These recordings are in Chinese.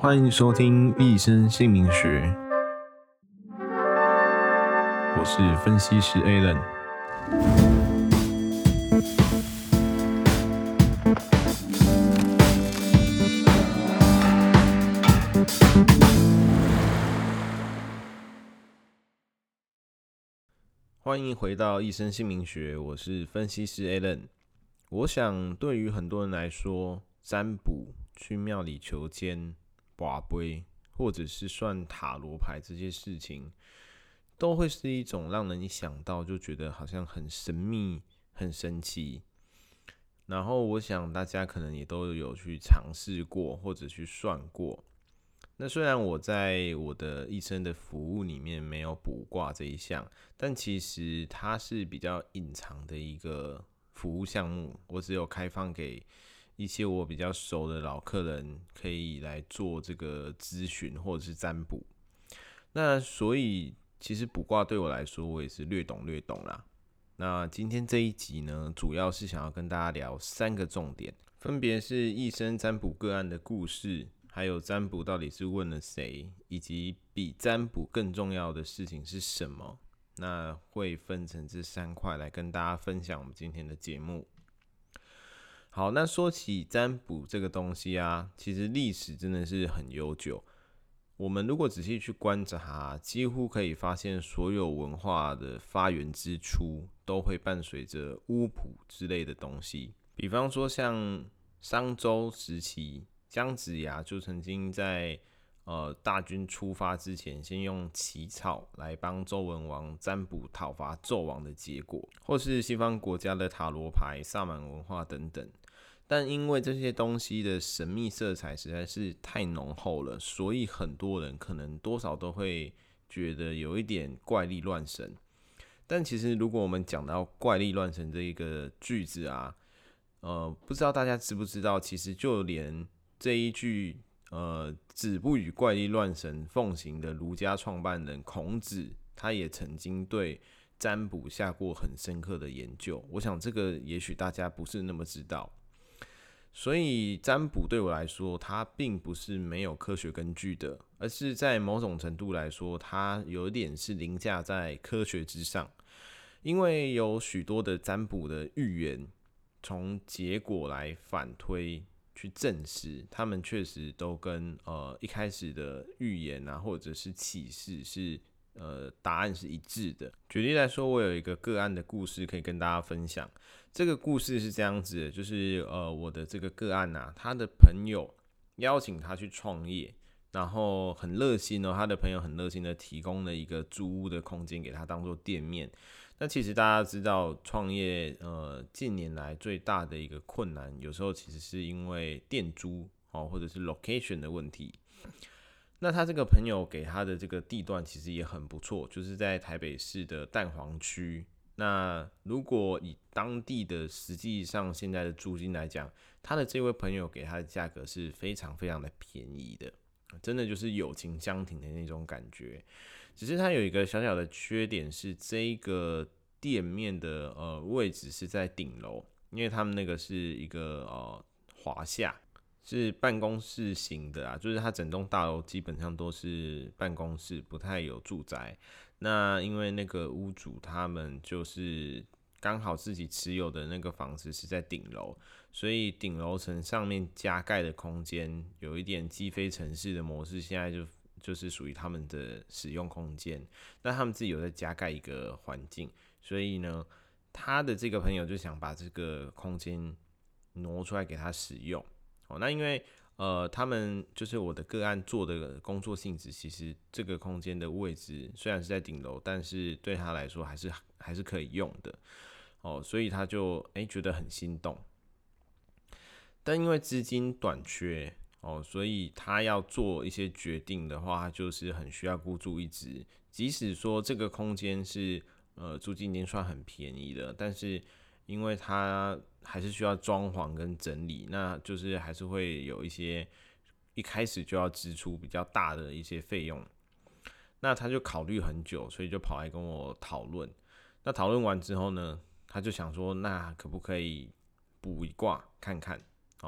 欢迎收听《一生姓名学》，我是分析师 Alan。欢迎回到《一生姓名学》，我是分析师 Alan。我想，对于很多人来说，占卜、去庙里求签、拔杯，或者是算塔罗牌这些事情，都会是一种让人一想到就觉得好像很神秘、很神奇。然后，我想大家可能也都有去尝试过，或者去算过。那虽然我在我的一生的服务里面没有卜卦这一项，但其实它是比较隐藏的一个服务项目，我只有开放给一些我比较熟的老客人可以来做这个咨询或者是占卜。那所以其实卜卦对我来说，我也是略懂啦。那今天这一集呢，主要是想要跟大家聊3个重点，分别是一生占卜个案的故事，还有占卜到底是问了谁，以及比占卜更重要的事情是什么。那会分成这3块来跟大家分享我们今天的节目。好，那说起占卜这个东西啊，其实历史真的是很悠久。我们如果仔细去观察，几乎可以发现所有文化的发源之初都会伴随着巫卜之类的东西。比方说像商周时期，姜子牙就曾经在大军出发之前，先用起草来帮周文王占卜讨伐纣王的结果，或是西方国家的塔罗牌、萨满文化等等。但因为这些东西的神秘色彩实在是太浓厚了，所以很多人可能多少都会觉得有一点怪力乱神。但其实如果我们讲到怪力乱神这一个句子啊，不知道大家知不知道，其实就连这一句子不语怪力乱神奉行的儒家创办人孔子，他也曾经对占卜下过很深刻的研究。我想这个也许大家不是那么知道。所以占卜对我来说，它并不是没有科学根据的，而是在某种程度来说，它有一点是凌驾在科学之上。因为有许多的占卜的预言，从结果来反推去证实，他们确实都跟一开始的预言啊，或者是启示是答案是一致的。举例来说，我有一个个案的故事可以跟大家分享。这个故事是这样子的，就是我的这个个案啊，他的朋友邀请他去创业，然后很热心哦，他的朋友很热心的提供了一个租屋的空间给他当做店面。那其实大家知道，创业近年来最大的一个困难，有时候其实是因为店租或者是 location 的问题。那他这个朋友给他的这个地段其实也很不错，就是在台北市的蛋黄区。那如果以当地的实际上现在的租金来讲，他的这位朋友给他的价格是非常非常的便宜的，真的就是友情相挺的那种感觉。只是他有一个小小的缺点是，这个店面的位置是在顶楼，因为他们那个是一个华夏，是办公室型的啊，就是它整栋大楼基本上都是办公室，不太有住宅。那因为那个屋主他们就是刚好自己持有的那个房子是在顶楼，所以顶楼层上面加盖的空间有一点积非城市的模式，现在就是属于他们的使用空间。那他们自己有在加盖一个环境，所以呢，他的这个朋友就想把这个空间挪出来给他使用。那因为他们就是我的个案做的工作性质，其实这个空间的位置虽然是在顶楼，但是对他来说还是可以用的所以他就觉得很心动。但因为资金短缺所以他要做一些决定的话，他就是很需要孤注一掷。即使说这个空间是租金已经算很便宜的，但是因为他还是需要装潢跟整理，那就是还是会有一些一开始就要支出比较大的一些费用。那他就考虑很久，所以就跑来跟我讨论。那讨论完之后呢，他就想说，那可不可以卜一卦看看？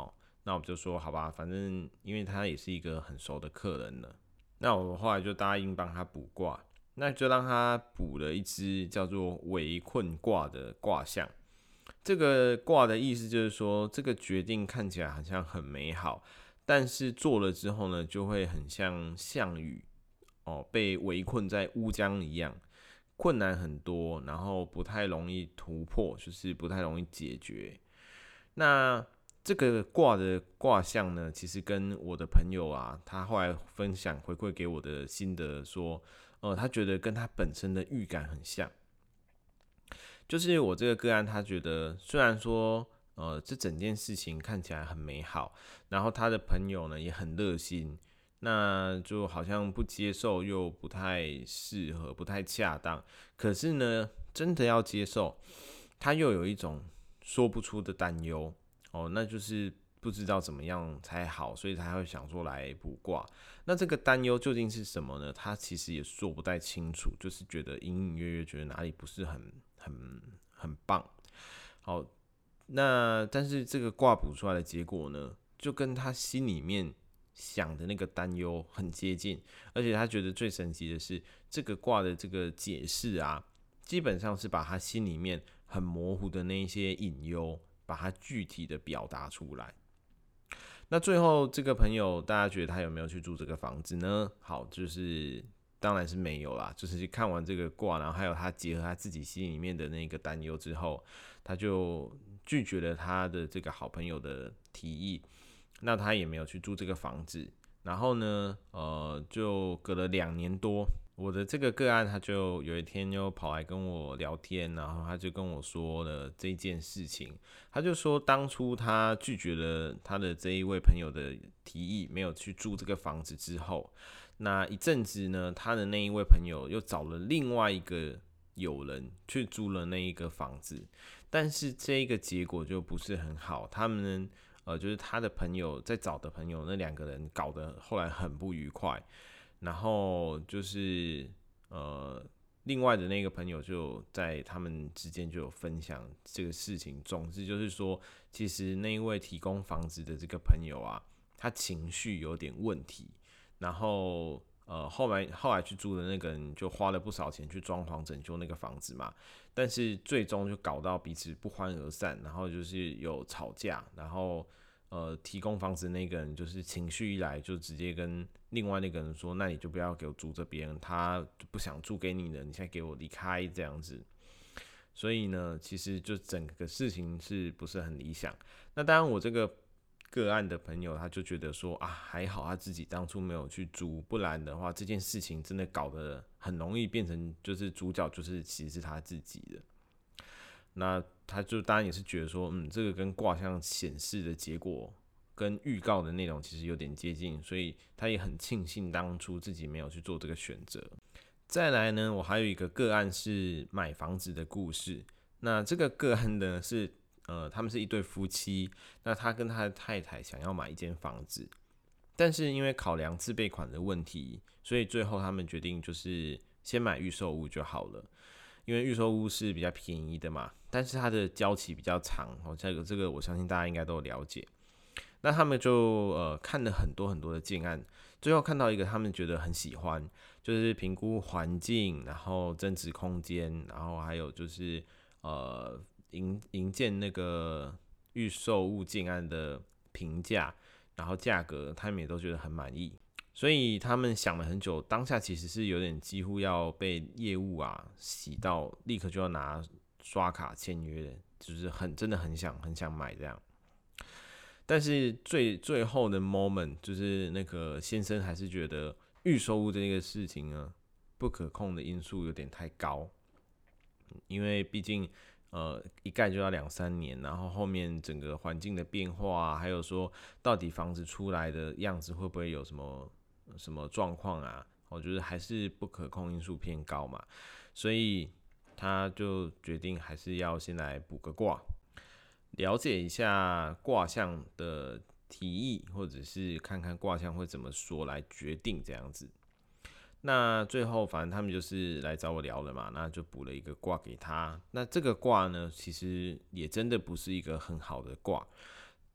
那我就说好吧，反正因为他也是一个很熟的客人了，那我后来就答应帮他卜卦，那就让他卜了一只叫做围困卦的卦象。这个卦的意思就是说，这个决定看起来好像很美好，但是做了之后呢，就会很像项羽被围困在乌江一样，困难很多，然后不太容易突破，就是不太容易解决。那这个卦的卦象呢，其实跟我的朋友啊，他后来分享回馈给我的心得说，他觉得跟他本身的预感很像。就是我这个个案，他觉得虽然说，这整件事情看起来很美好，然后他的朋友呢也很热心，那就好像不接受又不太适合，不太恰当。可是呢，真的要接受，他又有一种说不出的担忧那就是不知道怎么样才好，所以才会想说来卜卦。那这个担忧究竟是什么呢？他其实也说不太清楚，就是觉得隐隐约约觉得哪里不是很棒。好，那但是这个卦卜出来的结果呢，就跟他心里面想的那个担忧很接近，而且他觉得最神奇的是，这个卦的这个解释啊，基本上是把他心里面很模糊的那一些隐忧，把它具体的表达出来。那最后这个朋友，大家觉得他有没有去住这个房子呢？好，就是当然是没有啦。就是去看完这个卦，然后还有他结合他自己心里面的那个担忧之后，他就拒绝了他的这个好朋友的提议。那他也没有去住这个房子。然后呢，就隔了2年多，我的这个个案他就有一天又跑来跟我聊天，然后他就跟我说了这件事情。他就说，当初他拒绝了他的这一位朋友的提议，没有去住这个房子之后，那一阵子呢，他的那一位朋友又找了另外一个友人去租了那一个房子，但是这一个结果就不是很好，他们就是他的朋友在找的朋友那2个人搞得后来很不愉快，然后就是另外的那个朋友就在他们之间就有分享这个事情。总之就是说，其实那一位提供房子的这个朋友啊，他情绪有点问题，然后后来去住的那个人就花了不少钱去装潢整修那个房子嘛，但是最终就搞到彼此不欢而散，然后就是有吵架，然后提供房子那个人就是情绪一来就直接跟另外那个人说，那你就不要给我住这边，他不想住给你了，你现在给我离开这样子。所以呢，其实就整个事情是不是很理想？那当然，我这个个案的朋友他就觉得说啊，还好他自己当初没有去租，不然的话这件事情真的搞得很容易变成就是主角就是其实是他自己的。那他就当然也是觉得说，这个跟卦象显示的结果跟预告的内容其实有点接近，所以他也很庆幸当初自己没有去做这个选择。再来呢，我还有一个个案是买房子的故事。那这个个案呢是，他们是一对夫妻，那他跟他的太太想要买一间房子，但是因为考量自备款的问题，所以最后他们决定就是先买预售屋就好了。因为预售屋是比较便宜的嘛，但是它的交期比较长这个我相信大家应该都有了解。那他们就看了很多很多的建案，最后看到一个他们觉得很喜欢，就是评估环境，然后增值空间，然后还有就是营建那个预售物建案的评价，然后价格他们也都觉得很满意。所以他们想了很久，当下其实是有点几乎要被业务洗到，立刻就要拿刷卡签约，就是真的很想买这样。但是最后的 moment 就是那个先生还是觉得预售屋这个事情呢，不可控的因素有点太高，因为毕竟一盖就要2-3年，然后后面整个环境的变化还有说到底房子出来的样子会不会有什么状况我觉得还是不可控因素偏高嘛，所以他就决定还是要先来卜个卦，了解一下卦象的提议，或者是看看卦象会怎么说来决定这样子。那最后反正他们就是来找我聊了嘛，那就补了一个卦给他。那这个卦呢，其实也真的不是一个很好的卦。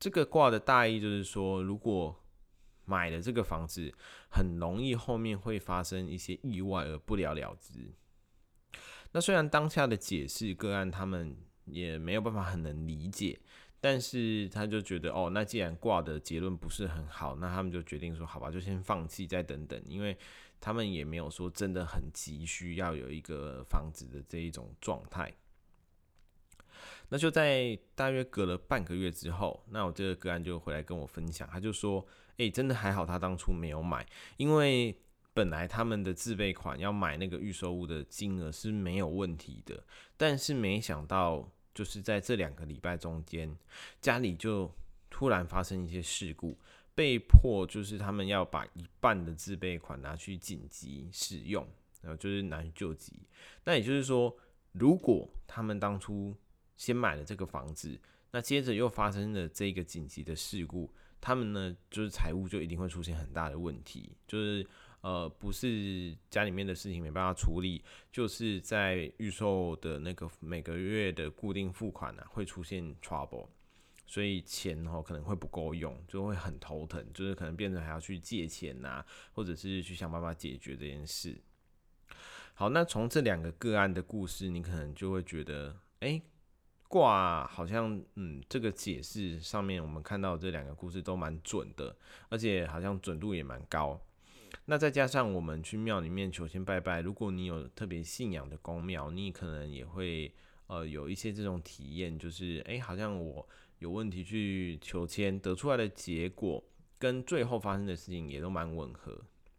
这个卦的大意就是说，如果买了这个房子，很容易后面会发生一些意外而不了了之。那虽然当下的解释个案他们也没有办法很能理解，但是他就觉得那既然卦的结论不是很好，那他们就决定说好吧，就先放弃再等等，因为他们也没有说真的很急需要有一个房子的这一种状态。那就在大约隔了半个月之后，那我这个个案就回来跟我分享，他就说真的还好他当初没有买，因为本来他们的自备款要买那个预售屋的金额是没有问题的，但是没想到就是在这2个礼拜中间，家里就突然发生一些事故，被迫就是他们要把一半的自备款拿去紧急使用，然后就是拿去救急。那也就是说，如果他们当初先买了这个房子，那接着又发生了这个紧急的事故，他们呢就是财务就一定会出现很大的问题，就是不是家里面的事情没办法处理，就是在预售的那个每个月的固定付款会出现 trouble， 所以钱可能会不够用，就会很头疼，就是可能变成还要去借钱或者是去想办法解决这件事。好，那从这2个个案的故事，你可能就会觉得，卦好像，这个解释上面我们看到这2个故事都蛮准的，而且好像准度也蛮高。那再加上我们去庙里面求签拜拜，如果你有特别信仰的宫庙，你可能也会有一些这种体验，就是好像我有问题去求签，得出来的结果跟最后发生的事情也都蛮吻合。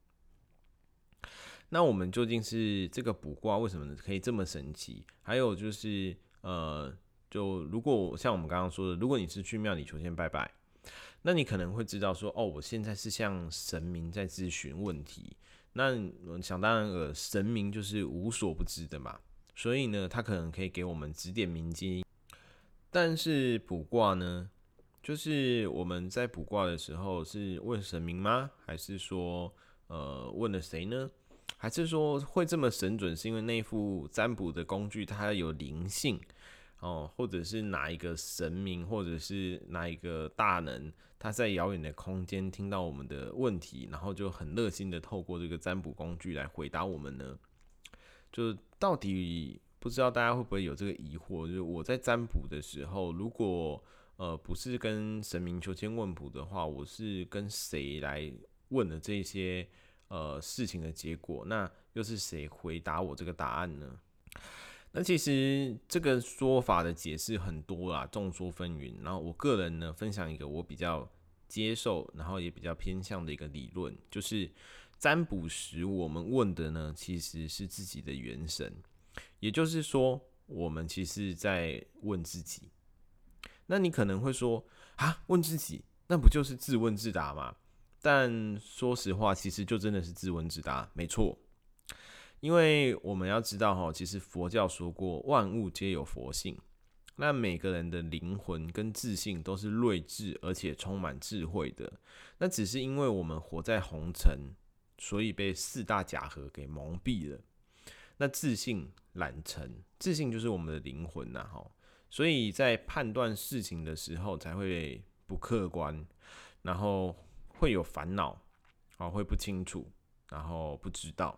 那我们究竟是这个卜卦为什么可以这么神奇？还有就是就如果像我们刚刚说的，如果你是去庙里求签拜拜，那你可能会知道说，我现在是向神明在咨询问题。那想当然了，神明就是无所不知的嘛，所以呢，他可能可以给我们指点迷津。但是卜卦呢，就是我们在卜卦的时候是问神明吗？还是说问了谁呢？还是说会这么神准，是因为那副占卜的工具它有灵性或者是哪一个神明，或者是哪一个大能，他在遥远的空间听到我们的问题，然后就很热心的透过这个占卜工具来回答我们呢？就到底不知道大家会不会有这个疑惑？就是我在占卜的时候，如果不是跟神明求签问卜的话，我是跟谁来问了这些事情的结果？那又是谁回答我这个答案呢？那其实这个说法的解释很多啦，众说纷纭。然后我个人呢，分享一个我比较接受，然后也比较偏向的一个理论，就是占卜时我们问的呢，其实是自己的元神，也就是说，我们其实在问自己。那你可能会说问自己，那不就是自问自答吗？但说实话，其实就真的是自问自答，没错。因为我们要知道其实佛教说过万物皆有佛性，那每个人的灵魂跟自信都是睿智而且充满智慧的，那只是因为我们活在红尘，所以被4大假合给蒙蔽了。那自信染尘，自信就是我们的灵魂所以在判断事情的时候才会不客观，然后会有烦恼会不清楚，然后不知道。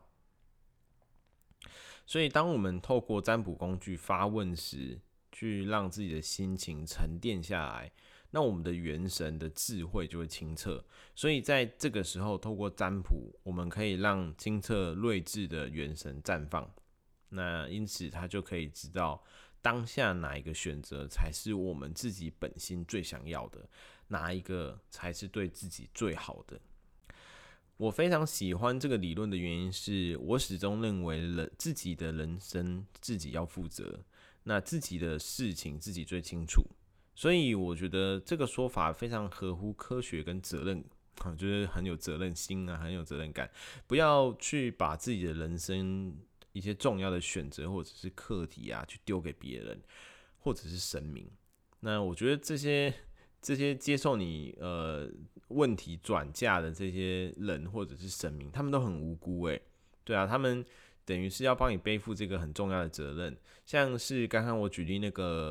所以当我们透过占卜工具发问时，去让自己的心情沉淀下来，那我们的元神的智慧就会清澈。所以在这个时候，透过占卜，我们可以让清澈睿智的元神绽放。那因此，他就可以知道当下哪一个选择才是我们自己本心最想要的，哪一个才是对自己最好的。我非常喜欢这个理论的原因是，我始终认为自己的人生自己要负责，那自己的事情自己最清楚，所以我觉得这个说法非常合乎科学跟责任，就是很有责任心很有责任感，不要去把自己的人生一些重要的选择或者是课题去丢给别人或者是神明。那我觉得这些接受你问题转嫁的这些人或者是神明，他们都很无辜对啊，他们等于是要帮你背负这个很重要的责任。像是刚刚我举例那个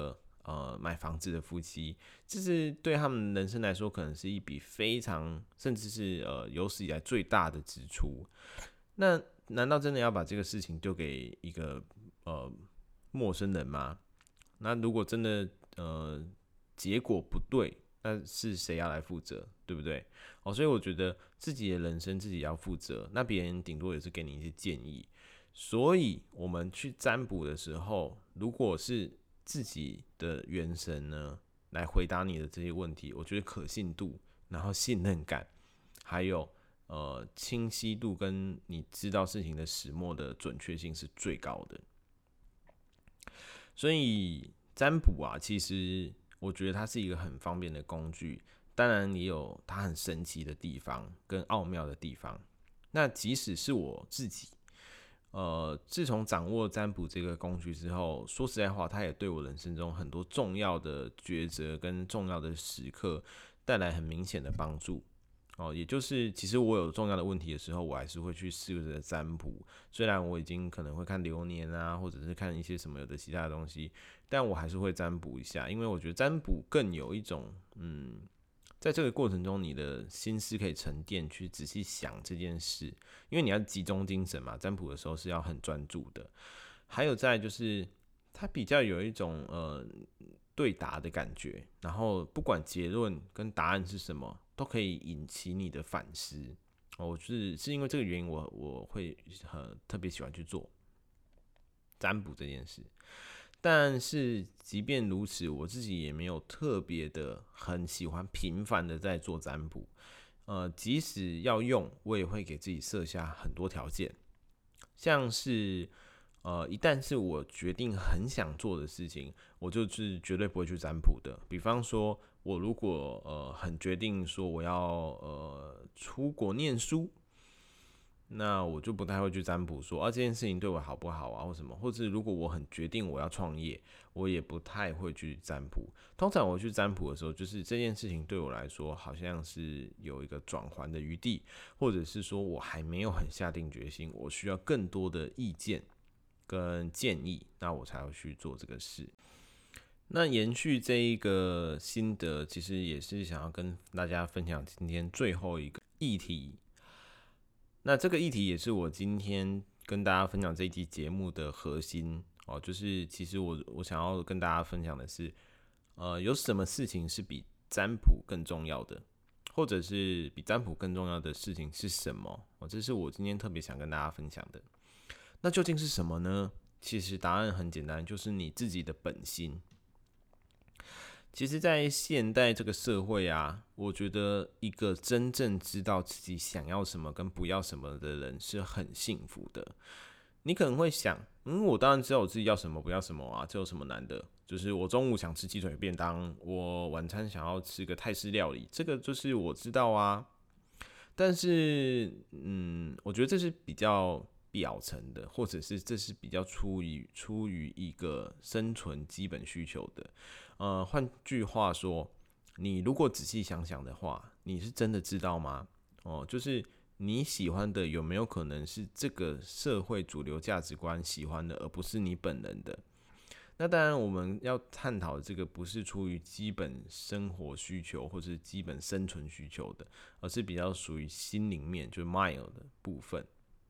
买房子的夫妻，这是对他们人生来说，可能是一笔非常甚至是有史以来最大的支出。那难道真的要把这个事情丢给一个陌生人吗？那如果真的结果不对，那是谁要来负责，对不对？所以我觉得自己的人生自己要负责，那别人顶多也是给你一些建议。所以我们去占卜的时候，如果是自己的元神呢来回答你的这些问题，我觉得可信度，然后信任感，还有清晰度跟你知道事情的始末的准确性是最高的。所以占卜啊，其实我觉得它是一个很方便的工具，当然也有它很神奇的地方跟奥妙的地方。那即使是我自己，自从掌握占卜这个工具之后，说实在话，它也对我人生中很多重要的抉择跟重要的时刻带来很明显的帮助。也就是其实我有重要的问题的时候，我还是会去试着占卜。虽然我已经可能会看流年啊，或者是看一些什么有的其他的东西，但我还是会占卜一下，因为我觉得占卜更有一种在这个过程中，你的心思可以沉淀，去仔细想这件事，因为你要集中精神嘛。占卜的时候是要很专注的。还有再来就是，它比较有一种对答的感觉，然后不管结论跟答案是什么，都可以引起你的反思。是因为这个原因我会特别喜欢去做占卜这件事。但是即便如此，我自己也没有特别的很喜欢频繁的在做占卜。即使要用，我也会给自己设下很多条件，像是一旦是我决定很想做的事情，我就是绝对不会去占卜的。比方说，我如果很决定说我要出国念书，那我就不太会去占卜说这件事情对我好不好啊，或什么。或者如果我很决定我要创业，我也不太会去占卜。通常我去占卜的时候，就是这件事情对我来说好像是有一个转圜的余地，或者是说我还没有很下定决心，我需要更多的意见跟建议，那我才会去做这个事。那延续这一个心得，其实也是想要跟大家分享今天最后一个议题。那这个议题也是我今天跟大家分享这一期节目的核心就是其实我想要跟大家分享的是，有什么事情是比占卜更重要的，或者是比占卜更重要的事情是什么？这是我今天特别想跟大家分享的。那究竟是什么呢？其实答案很简单，就是你自己的本心。其实，在现代这个社会啊，我觉得一个真正知道自己想要什么跟不要什么的人是很幸福的。你可能会想，我当然知道我自己要什么不要什么啊，这有什么难的？就是我中午想吃鸡腿便当，我晚餐想要吃个泰式料理，这个就是我知道啊。但是，我觉得这是比较表层的，或者是这是比较出于一个生存基本需求的。换句话说，你如果仔细想想的话，你是真的知道吗？就是你喜欢的有没有可能是这个社会主流价值观喜欢的，而不是你本人的？那当然，我们要探讨的这个不是出于基本生活需求或是基本生存需求的，而是比较属于心灵面，就是 mind 的部分。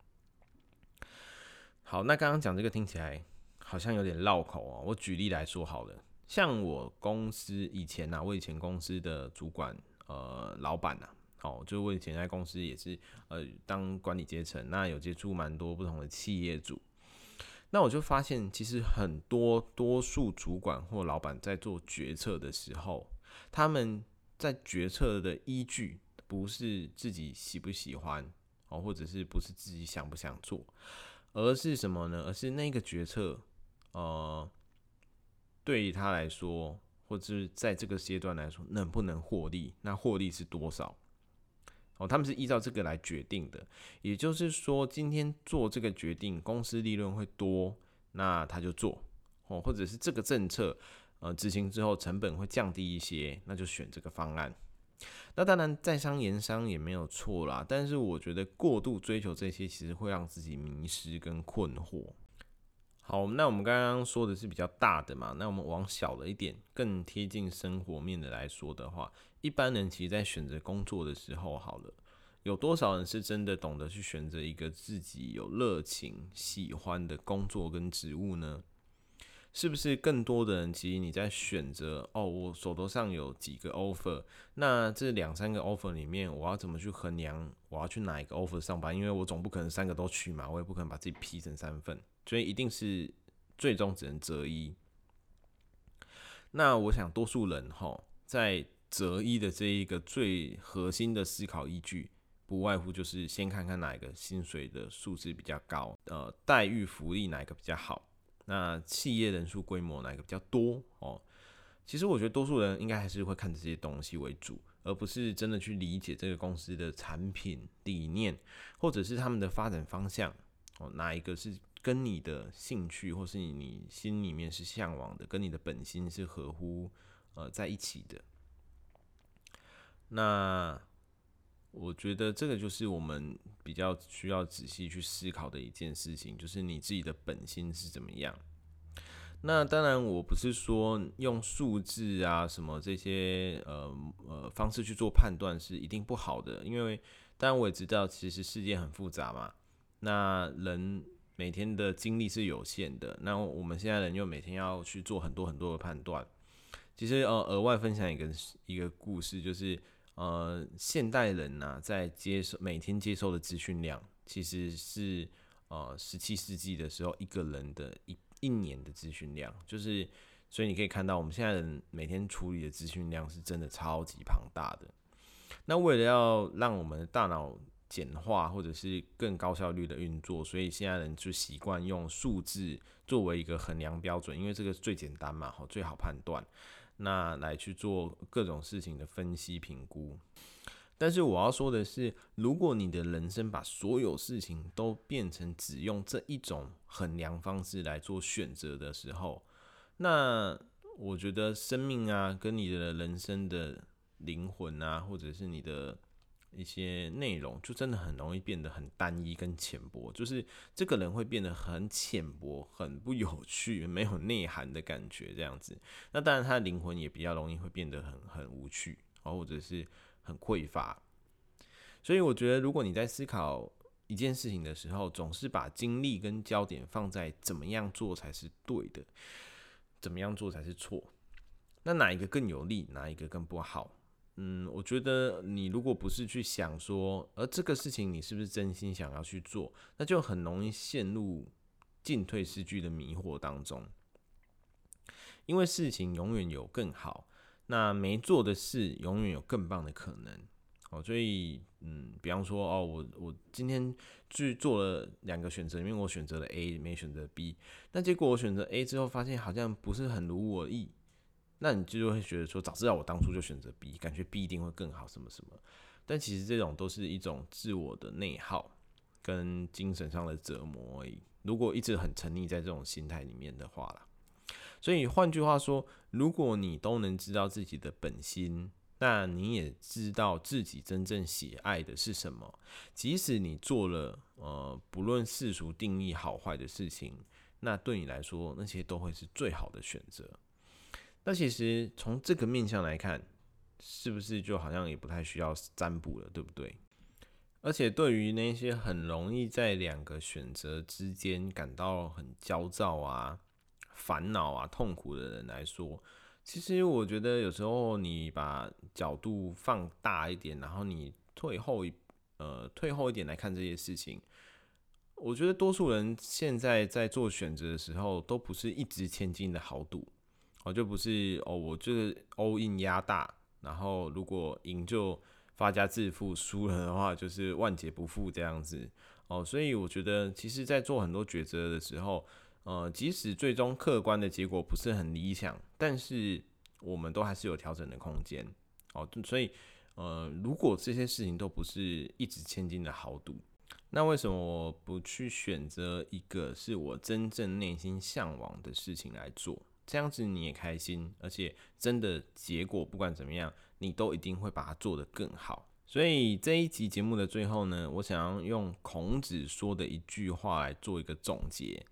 好，那刚刚讲这个听起来好像有点绕口我举例来说好了。像我公司以前我以前公司的主管老板就是我以前在公司也是当管理阶层，那有接触蛮多不同的企业主。那我就发现，其实多数主管或老板在做决策的时候，他们在决策的依据不是自己喜不喜欢或者是不是自己想不想做，而是什么呢？而是那个决策对于他来说，或者是在这个阶段来说，能不能获利？那获利是多少？他们是依照这个来决定的。也就是说，今天做这个决定，公司利润会多，那他就做或者是这个政策执行之后成本会降低一些，那就选这个方案。那当然，在商言商也没有错啦，但是我觉得过度追求这些，其实会让自己迷失跟困惑。 好，那我们刚刚说的是比较大的嘛，那我们往小的一点，更贴近生活面的来说的话，一般人其实在选择工作的时候，好了，有多少人是真的懂得去选择一个自己有热情、喜欢的工作跟职务呢？是不是更多的人其实你在选择我手头上有几个 offer，那这2、3个 offer 里面，我要怎么去衡量我要去哪一个 offer 上班？因为我总不可能3个都去嘛，我也不可能把自己劈成3份，所以一定是最终只能择一。那我想多数人在择一的这一个最核心的思考依据，不外乎就是先看看哪一个薪水的数字比较高，待遇福利哪一个比较好，那企业人数规模哪一个比较多其实我觉得多数人应该还是会看这些东西为主，而不是真的去理解这个公司的产品理念，或者是他们的发展方向哪一个是跟你的兴趣或是你心里面是向往的，跟你的本心是合乎在一起的。那我觉得这个就是我们比较需要仔细去思考的一件事情，就是你自己的本心是怎么样。那当然，我不是说用数字啊什么这些方式去做判断是一定不好的，因为当然我也知道，其实世界很复杂嘛。那人每天的精力是有限的，那我们现在人又每天要去做很多很多的判断。其实额外分享一个故事，就是现代人在每天接收的资讯量，其实是17世纪的时候一个人的一年的资讯量，就是所以你可以看到我们现在人每天处理的资讯量是真的超级庞大的。那为了要让我们的大脑简化或者是更高效率的运作，所以现在人就习惯用数字作为一个衡量标准，因为这个最简单嘛，最好判断。那来去做各种事情的分析评估。但是我要说的是，如果你的人生把所有事情都变成只用这一种衡量方式来做选择的时候，那我觉得生命跟你的人生的灵魂或者是你的一些内容，就真的很容易变得很单一跟浅薄，就是这个人会变得很浅薄、很不有趣、没有内涵的感觉这样子。那当然，他的灵魂也比较容易会变得很无趣，或者是很匮乏。所以我觉得，如果你在思考一件事情的时候，总是把精力跟焦点放在怎么样做才是对的，怎么样做才是错，那哪一个更有利，哪一个更不好？我觉得你如果不是去想说，这个事情你是不是真心想要去做，那就很容易陷入进退失据的迷惑当中。因为事情永远有更好，那没做的事永远有更棒的可能。所以比方说我今天去做了2个选择，里面我选择了 A， 没选择 B， 那结果我选择 A 之后，发现好像不是很如我意，那你就会觉得说，早知道我当初就选择 B， 感觉 B 一定会更好，什么什么。但其实这种都是一种自我的内耗跟精神上的折磨而已。如果一直很沉溺在这种心态里面的话啦，所以换句话说，如果你都能知道自己的本心，那你也知道自己真正喜爱的是什么。即使你做了不论世俗定义好坏的事情，那对你来说，那些都会是最好的选择。那其实从这个面向来看，是不是就好像也不太需要占卜了，对不对？而且对于那些很容易在2个选择之间感到很焦躁烦恼痛苦的人来说，其实我觉得有时候你把角度放大一点，然后你退后一点来看这些事情，我觉得多数人现在在做选择的时候，都不是一掷千金的豪赌，就不是我就是 all in 压大，然后如果赢就发家致富，输了的话就是万劫不复这样子所以我觉得其实在做很多抉择的时候，即使最终客观的结果不是很理想，但是我们都还是有调整的空间所以如果这些事情都不是一掷千金的豪赌，那为什么我不去选择一个是我真正内心向往的事情来做？这样子你也开心，而且真的结果不管怎么样，你都一定会把它做得更好。所以这一集节目的最后呢，我想要用孔子说的一句话来做一个总结。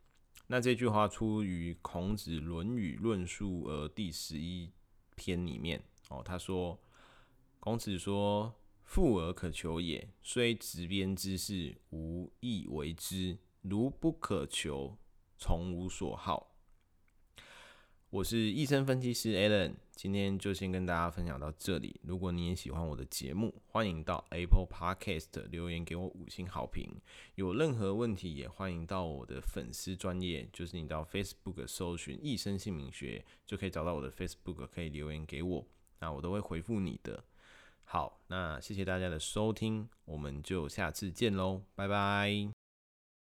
那这句话出于孔子《论语论述》第11篇里面他说，孔子说：“富而可求也，虽执鞭之事，无益为之。如不可求，从无所好。”我是易生分析师 Alan， 今天就先跟大家分享到这里。如果你也喜欢我的节目，欢迎到 Apple Podcast 留言给我5星好评。有任何问题也欢迎到我的粉丝专页，就是你到 Facebook 搜寻易生姓名学，就可以找到我的 Facebook， 可以留言给我，那我都会回复你的。好，那谢谢大家的收听，我们就下次见喽，拜拜。